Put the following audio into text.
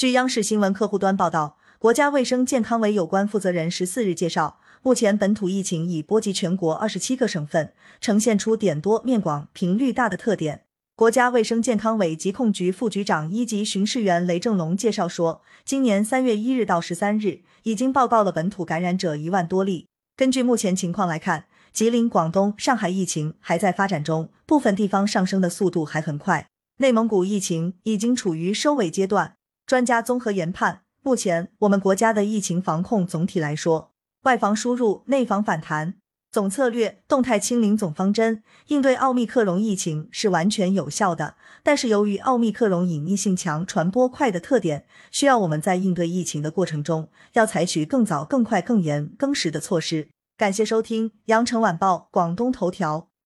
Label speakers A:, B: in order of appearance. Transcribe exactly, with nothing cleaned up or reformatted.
A: 据央视新闻客户端报道，国家卫生健康委有关负责人十四日介绍，目前本土疫情已波及全国二十七个省份，呈现出点多面广、频率大的特点。国家卫生健康委疾控局副局长一级巡视员雷正龙介绍说，今年三月一日到十三日，已经报告了本土感染者一万多例。根据目前情况来看，吉林、广东、上海疫情还在发展中，部分地方上升的速度还很快。内蒙古疫情已经处于收尾阶段。专家综合研判，目前我们国家的疫情防控总体来说，外防输入，内防反弹，总策略动态清零总方针应对奥密克戎疫情是完全有效的，但是由于奥密克戎隐匿性强、传播快的特点，需要我们在应对疫情的过程中，要采取更早、更快、更严、更实的措施。感谢收听羊城晚报广东头条。